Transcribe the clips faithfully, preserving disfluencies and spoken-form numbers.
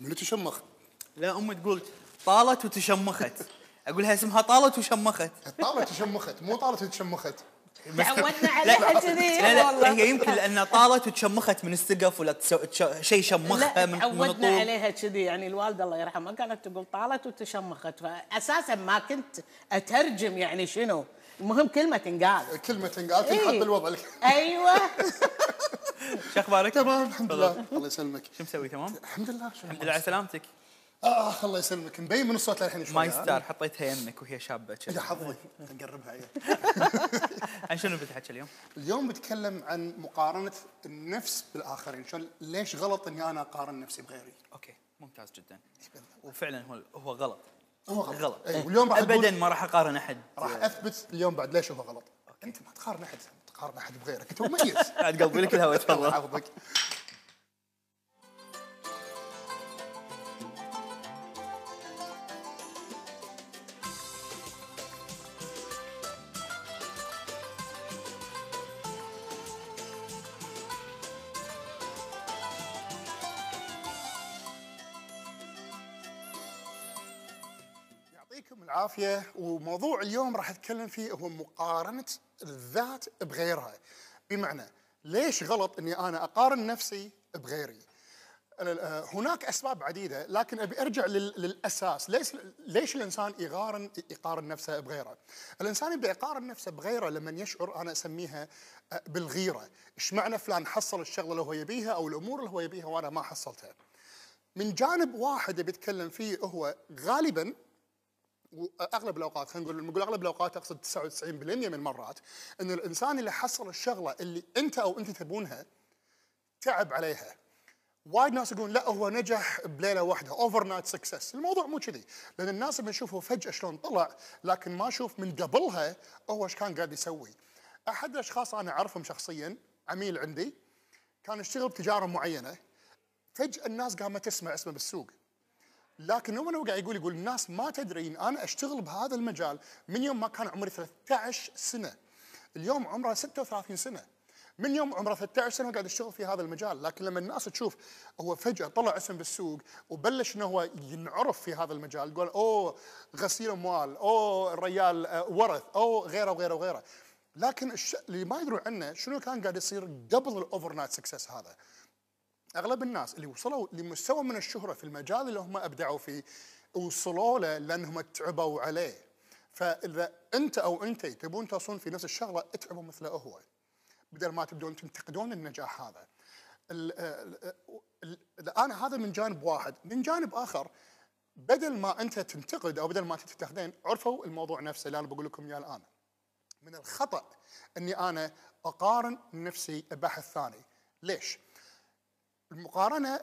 منو تشمخ؟ لا أمي تقول طالت وتشمخت، أقولها اسمها طالت وشمخت. طالت وشمخت مو طالت وتشمخت. تعودنا عليها كذي. لا لا هي يمكن لأنها طالت وتشمخت من السقف ولا شيء شمخها من تعودنا الطول. عليها كذي، يعني الوالده الله يرحمها كانت تقول طالت وتشمخت، فاساسا ما كنت اترجم يعني شنو، المهم كلمه تنقال. كلمه تنقال تنحط إيه؟ بالوضع لك. ايوه. شو اخبارك؟ تمام الحمد لله. الله يسلمك. شو مسوي تمام؟ الحمد لله. الحمد لله على سلامتك. اه الله يسلمك، مبين من الصوت للحين شوي. ماي ستار حطيتها يمك وهي شابه يا حظي نقربها. عن شنو بتحكي اليوم؟ اليوم بتكلم عن مقارنه النفس بالاخرين، شلون ليش غلط اني انا اقارن نفسي بغيري. اوكي ممتاز جدا. وفعلا هو هو غلط. هو غلط. غلط. أي. واليوم راح ابدا ما راح اقارن احد. راح اثبت اليوم بعد ليش هو غلط. أوكي. انت ما تقارن احد، تقارن احد بغيرك، انت مميز. بعد قلبي لك الهواء تفضل. الله يحفظك. يعطيكم العافية. وموضوع اليوم راح أتكلم فيه هو مقارنة الذات بغيرها. بمعنى ليش غلط أني أنا أقارن نفسي بغيري؟ هناك أسباب عديدة، لكن أبي أرجع للأساس. ليش ليش الإنسان يقارن يقارن نفسه بغيره؟ الإنسان يبدأ يقارن نفسه بغيره لما يشعر، أنا أسميها بالغيرة. إيش معنى فلان حصل الشغلة اللي هو يبيها أو الأمور اللي هو يبيها وأنا ما حصلتها؟ من جانب واحد بيتكلم فيه هو غالباً واغلب الاوقات، خلينا نقول نقول اغلب الاوقات اقصد تسعة وتسعين بالمئة من المرات، ان الانسان اللي حصل الشغله اللي انت او انت تبونها تعب عليها. وايد ناس يقولون لا هو نجح بليله واحده، اوفر نايت سكسس. الموضوع مو كذي، لان الناس بنشوفه فجاه شلون طلع، لكن ما اشوف من قبلها هو ايش كان قاعد يسوي. احد الاشخاص انا اعرفهم شخصيا، عميل عندي، كان يشتغل بتجاره معينه، فجاه الناس قامت تسمع اسمه بالسوق. لكن هو قاعد يقول يقول الناس ما تدري ان انا اشتغل بهذا المجال من يوم ما كان عمري ثلاثة عشر سنه. اليوم عمره ستة وثلاثين سنه. من يوم عمره ثلاثة عشر سنه قاعد يشتغل في هذا المجال، لكن لما الناس تشوف هو فجاه طلع اسم بالسوق وبلش انه هو ينعرف في هذا المجال، تقول اوه غسيل اموال، اوه الريال ورث، اوه غيره وغيره وغيره. لكن الش... اللي ما يدرون عنه شنو كان قاعد يصير قبل الاوفر نايت سكسس هذا. اغلب الناس اللي وصلوا لمستوى من الشهره في المجال اللي هم ابدعوا فيه وصلوا له لانهم تعبوا عليه. فاذا انت او انت تبون توصلون في نفس الشغله اتعبوا مثله هو، بدل ما تبدون تنتقدون النجاح هذا. ال ال ال انا هذا من جانب واحد. من جانب اخر، بدل ما انت تنتقد او بدل ما تنتقدين، عرفوا الموضوع نفسه اللي انا بقول لكم اياه الان. من الخطا اني انا اقارن نفسي ببحث ثاني. ليش؟ المقارنة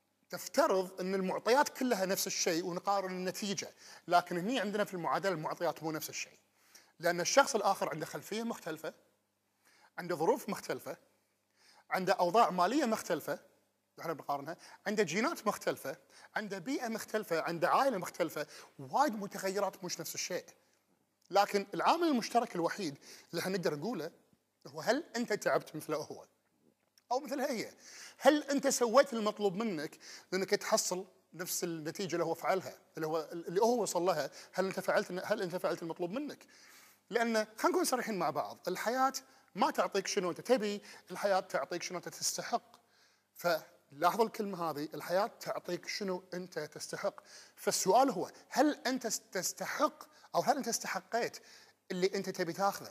تفترض أن المعطيات كلها نفس الشيء ونقارن النتيجة، لكن هني عندنا في المعادلة المعطيات مو نفس الشيء، لأن الشخص الآخر عنده خلفية مختلفة، عنده ظروف مختلفة، عنده أوضاع مالية مختلفة، احنا بنقارنها، عنده جينات مختلفة، عنده بيئة مختلفة، عنده عائلة مختلفة، وايد متغيرات مش نفس الشيء. لكن العامل المشترك الوحيد اللي احنا نقدر نقوله هو هل أنت تعبت مثله هو؟ أو مثلها هي. هل أنت سويت المطلوب منك لأنك تحصل نفس النتيجة اللي هو فعلها، اللي هو اللي هو وصل لها؟ هل أنت فعلت هل أنت فعلت المطلوب منك؟ لأن خلينا نكون صريحين مع بعض، الحياة ما تعطيك شنو أنت تبي، الحياة تعطيك شنو أنت تستحق. فلاحظوا الكلمة هذه، الحياة تعطيك شنو أنت تستحق. فالسؤال هو هل أنت تستحق أو هل أنت استحقيت اللي أنت تبي تاخذه؟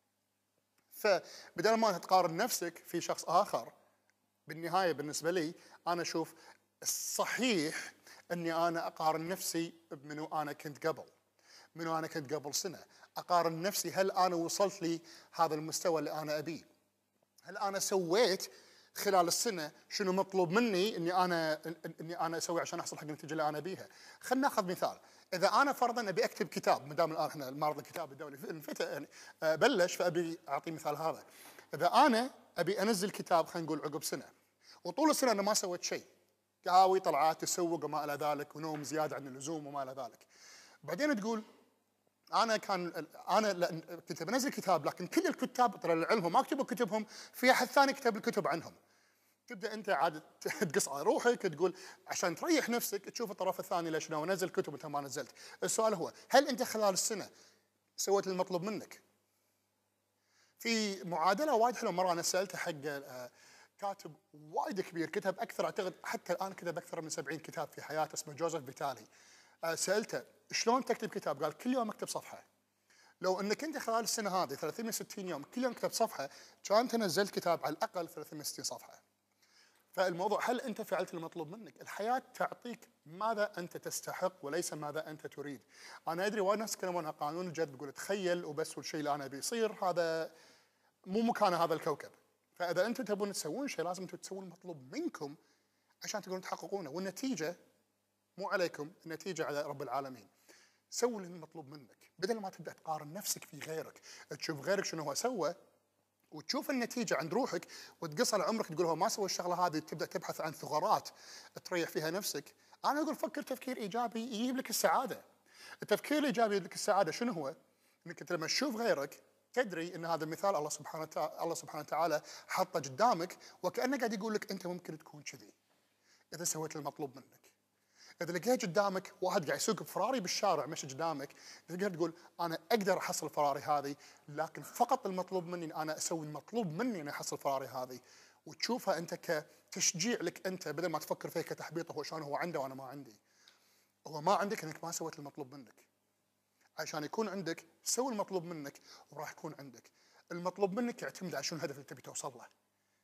فبدل ما تقارن نفسك في شخص آخر، بالنهاية بالنسبة لي أنا أشوف الصحيح أني أنا أقارن نفسي بمنو أنا كنت قبل، منو أنا كنت قبل سنة. أقارن نفسي هل أنا وصلت لي هذا المستوى اللي أنا أبيه، هل أنا سويت خلال السنة شنو مطلوب مني أني أنا أني أنا أسوي عشان أحصل حق النتيجة اللي أنا أبيها. خلينا ناخذ مثال. إذا أنا فرضاً أبي أكتب كتاب، ما دام الآن إحنا معرض الكتاب الدولي انفتح يعني بلش، فأبي أعطي مثال هذا. إذا أنا أبي أنزل كتاب خلينا نقول عقب سنة، وطول السنة أنا ما سويت شيء، قهاوي طلعات تسوق وما إلى ذلك ونوم زيادة عن اللزوم وما إلى ذلك، بعدين تقول أنا كان أنا كنت بنزل كتاب، لكن كل الكتاب ترى لعلمهم ما كتبوا كتبهم، في أحد ثاني كتب الكتب عنهم. تبدا انت عاد تقص على روحك، تقول عشان تريح نفسك تشوف الطرف الثاني ليش ناوي نزل كتب انت ما نزلت. السؤال هو هل انت خلال السنه سويت المطلوب منك؟ في معادله وايد حلوه مره انا سالته حق كاتب وايد كبير، كتب اكثر اعتقد حتى الان كتب اكثر من سبعين كتاب في حياته، اسمه جوزيف فيتالي. سالته شلون تكتب كتاب؟ قال كل يوم اكتب صفحه. لو انك انت خلال السنه هذه ثلاثمئة وستين يوم كل يوم كتبت صفحه، كان انت نزلت كتاب على الاقل ثلاثمئة وستين صفحه. فالموضوع هل انت فعلت المطلوب منك؟ الحياه تعطيك ماذا انت تستحق وليس ماذا انت تريد. انا ادري وايد ناس يتكلمون عن قانون الجذب، يقول تخيل وبس والشيء اللي انا ابي يصير، هذا مو مكان هذا الكوكب. فاذا انتم تبون تسوون شيء لازم انتم تسوون المطلوب منكم عشان تقدرون تحققونه، والنتيجه مو عليكم، النتيجه على رب العالمين. سوي المطلوب منك بدل ما تبدا تقارن نفسك في غيرك، تشوف غيرك شنو هو سوى وتشوف النتيجه عند روحك وتقص على عمرك تقول هو ما سوى الشغله هذه، تبدا تبحث عن ثغرات تريح فيها نفسك. انا اقول فكر تفكير ايجابي يجيب لك السعاده. التفكير الايجابي يجيب لك السعاده شنو هو؟ انك انت لما تشوف غيرك تدري ان هذا المثال الله سبحانه وتعالى الله سبحانه وتعالى حطه قدامك، وكانه قاعد يقول لك انت ممكن تكون كذي اذا سويت المطلوب منك. اذا لقيت قدامك واحد قاعد يسوق بفراري بالشارع مشي قدامك، تقدر تقول انا اقدر احصل فراري هذه، لكن فقط المطلوب مني ان انا اسوي المطلوب مني ان احصل فراري هذه، وتشوفها انت كتشجيع لك انت بدل ما تفكر فيه كتحبيط هو شلون هو عنده وانا ما عندي. هو ما عندك انك ما سويت المطلوب منك. عشان يكون عندك سوي المطلوب منك وراح يكون عندك. المطلوب منك يعتمد على شنو الهدف اللي تبي توصل له.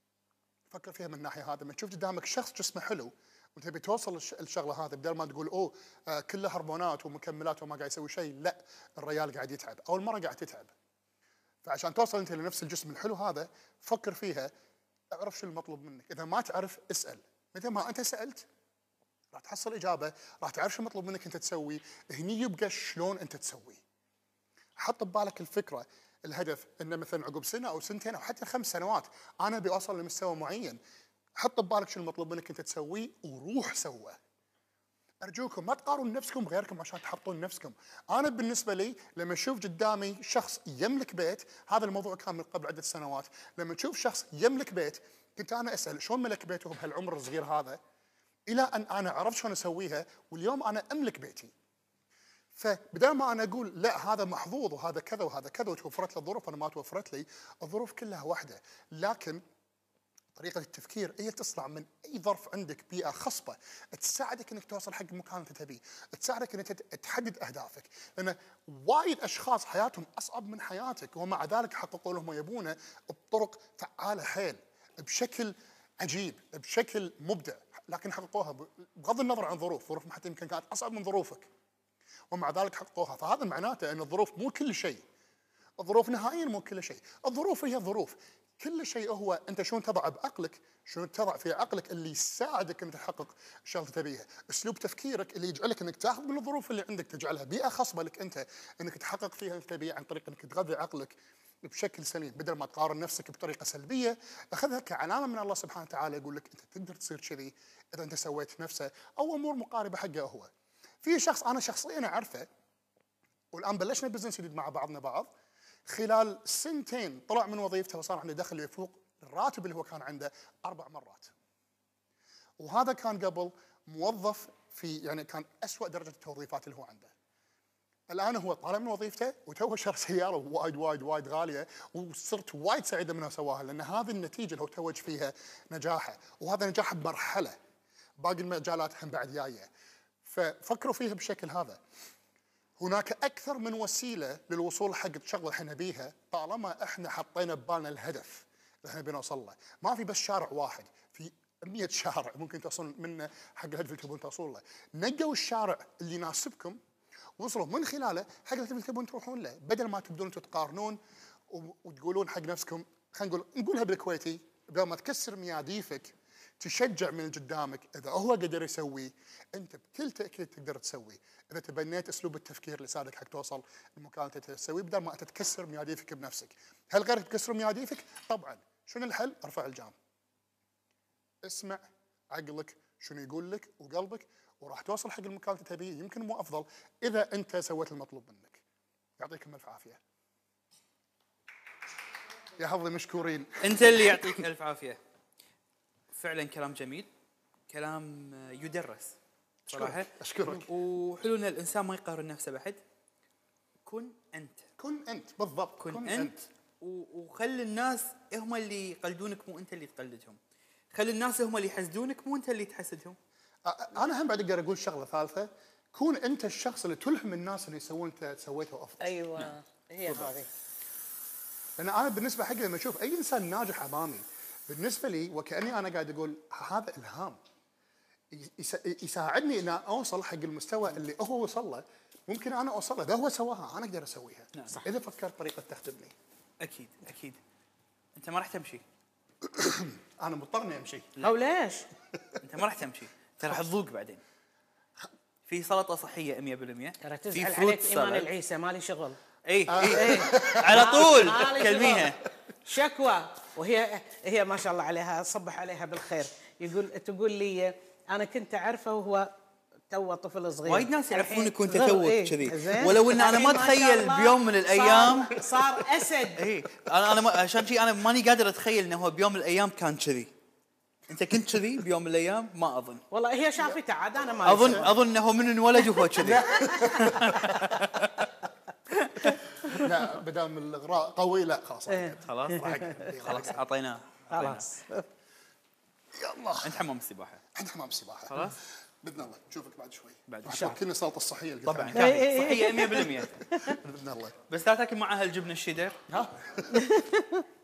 فكر فيها من الناحيه هذا، لما تشوف قدامك شخص جسمه حلو وتبي توصل الشغله هذه، بدل ما تقول اوه آه كله هرمونات ومكملات وما قاعد يسوي شيء، لا الرجال قاعد يتعب او المراه قاعد تتعب. فعشان توصل انت لنفس الجسم الحلو هذا فكر فيها، اعرف شو المطلوب منك. اذا ما تعرف اسال، متى ما انت سالت راح تحصل اجابه، راح تعرف شو المطلوب منك انت تسوي. هني يبقى شلون انت تسوي. حط ببالك الفكره، الهدف انه مثلا عقب سنه او سنتين او حتى خمس سنوات انا ابي اوصل لمستوى معين. حط ببالك شو المطلوب منك انت تسويه وروح سوه. ارجوكم ما تقارنوا نفسكم بغيركم عشان تحطون نفسكم. انا بالنسبه لي لما اشوف قدامي شخص يملك بيت، هذا الموضوع كان من قبل عده سنوات، لما تشوف شخص يملك بيت كنت انا اسال شلون ملك بيته بهالعمر الصغير هذا، الى ان انا عرفت شلون اسويها واليوم انا املك بيتي. فبدل ما انا اقول لا هذا محظوظ وهذا كذا وهذا كذا وتوفرت له الظروف، انا ما توفرت لي، الظروف كلها واحده، لكن طريقة التفكير هي تصنع من أي ظرف عندك بيئة خصبة تساعدك أنك توصل حق المكان اللي تبيه، تساعدك أنك تحدد أهدافك، لأن وايد أشخاص حياتهم أصعب من حياتك ومع ذلك حققوا لهم يبونه بطرق فعالة حيل، بشكل عجيب، بشكل مبدع، لكن حققوها بغض النظر عن ظروف، ظروف حتى يمكن كانت أصعب من ظروفك ومع ذلك حققوها. فهذا معناته أن الظروف مو كل شيء، الظروف نهائيا مو كل شيء، الظروف هي ظروف. كل شيء هو انت شلون تضع بعقلك، شلون تضع في عقلك اللي يساعدك انك تحقق الشغله اللي تبيها، اسلوب تفكيرك اللي يجعلك انك تاخذ من الظروف اللي عندك تجعلها بيئه خصبه لك انت انك تحقق فيها اللي تبيه عن طريق انك تغذي عقلك بشكل سليم، بدل ما تقارن نفسك بطريقه سلبيه، اخذها كعلامه من الله سبحانه وتعالى يقول لك انت تقدر تصير كذي اذا انت سويت نفسه او امور مقاربه حقه. هو في شخص انا شخصيا اعرفه والان بلشنا بزنس جديد مع بعضنا بعض، خلال سنتين طلع من وظيفته وصار عنده دخل يفوق الراتب اللي هو كان عنده اربع مرات. وهذا كان قبل موظف في يعني كان أسوأ درجه التوظيفات اللي هو عنده. الان هو طالع من وظيفته وتوه شرى سياره وايد وايد وايد غاليه، وصرت وايد سعيده منها سواها، لان هذه النتيجه اللي هو توج فيها نجاحه، وهذا نجاح بمرحله، باقي المجالات هم بعد جايه. ففكروا فيها بالشكل هذا. هناك أكثر من وسيلة للوصول حق الشغلة احنا نبيها طالما احنا حطينا ببالنا الهدف اللي احنا بنوصل له. ما في بس شارع واحد، في مئة شارع ممكن توصلون منه حق الهدف اللي تبون توصلون له. نقوا الشارع اللي يناسبكم وصلوا من خلاله حق الهدف اللي تبون تروحون له، بدل ما تبدون تتقارنون وتقولون حق نفسكم، خلينا نقول نقولها بالكويتي، بدل ما تكسر مياديفك تشجع من قدامك. اذا هو قدر يسوي انت بكل تاكيد تقدر تسوي، اذا تبنيت اسلوب التفكير اللي يساعدك حق توصل لمكان انت تسويه بدل ما انت تكسر مياديفك بنفسك. هل غيرك تكسر مياديفك؟ طبعا. شنو الحل؟ ارفع الجام، اسمع عقلك شنو يقول لك وقلبك، وراح توصل حق المكان اللي تبيه، يمكن مو افضل اذا انت سويت المطلوب منك. يعطيكم الف عافيه. يا حظي مشكورين. انت اللي يعطيك الف عافيه. فعلا كلام جميل، كلام يدرس صراحه. اشكرك. وحلو ان الانسان ما يقارن نفسه بحد. كن انت، كن انت بالضبط، كن, كن انت, انت. وخلي الناس هم اللي يقلدونك، مو انت اللي تقلدهم. خلي الناس هم اللي يحسدونك، مو انت اللي تحسدهم. انا هم بعد اقدر اقول شغله ثالثه، كون انت الشخص اللي تلهم الناس اللي يسوون انت سويته افضل. ايوه نعم. هي هذه. لان انا بالنسبه حقي لما اشوف اي انسان ناجح امامي، بالنسبه لي وكاني انا قاعد اقول هذا الهام يساعدني ان اوصل حق المستوى اللي هو وصل له. ممكن انا اوصل له، اذا هو سواها انا اقدر اسويها. نعم. صح. اذا فكرت طريقه تخدمني. اكيد اكيد. انت ما راح تمشي. انا مضطر اني امشي. او ليش؟ انت ما راح تمشي، انت راح تذوق بعدين. في سلطه صحيه مية بالمية. ترى تزعل عليك ايمان العيسى، مالي شغل. اي اي على طول كلميها. شكوى، وهي هي ما شاء الله عليها، صبح عليها بالخير. يقول تقول لي انا كنت اعرفه وهو تو طفل صغير. وايد ناس يعرفونك وانت توك كذي، ولو ان انا ما اتخيل بيوم من الايام صار, صار اسد. اي انا انا عشان شي انا ماني قادر اتخيل انه هو بيوم من الايام كان كذي. انت كنت كذي بيوم من الايام؟ ما اظن. والله هي شافته عاد، انا ما اظن اظن انه من انولد وهو كذي. لا بدل من الاغراء قوي، لا خلاص. خلاص خلاص اعطيناه خلاص. يلا انت حمام السباحه. عند حمام السباحه خلاص باذن الله نشوفك بعد شوي. بعد راح توكلنا السلطه الصحيه اللي طبعا قلت عنها. صحيه مية بالمية. باذن الله. بس لا تاكل معها الجبنه الشيدر. ها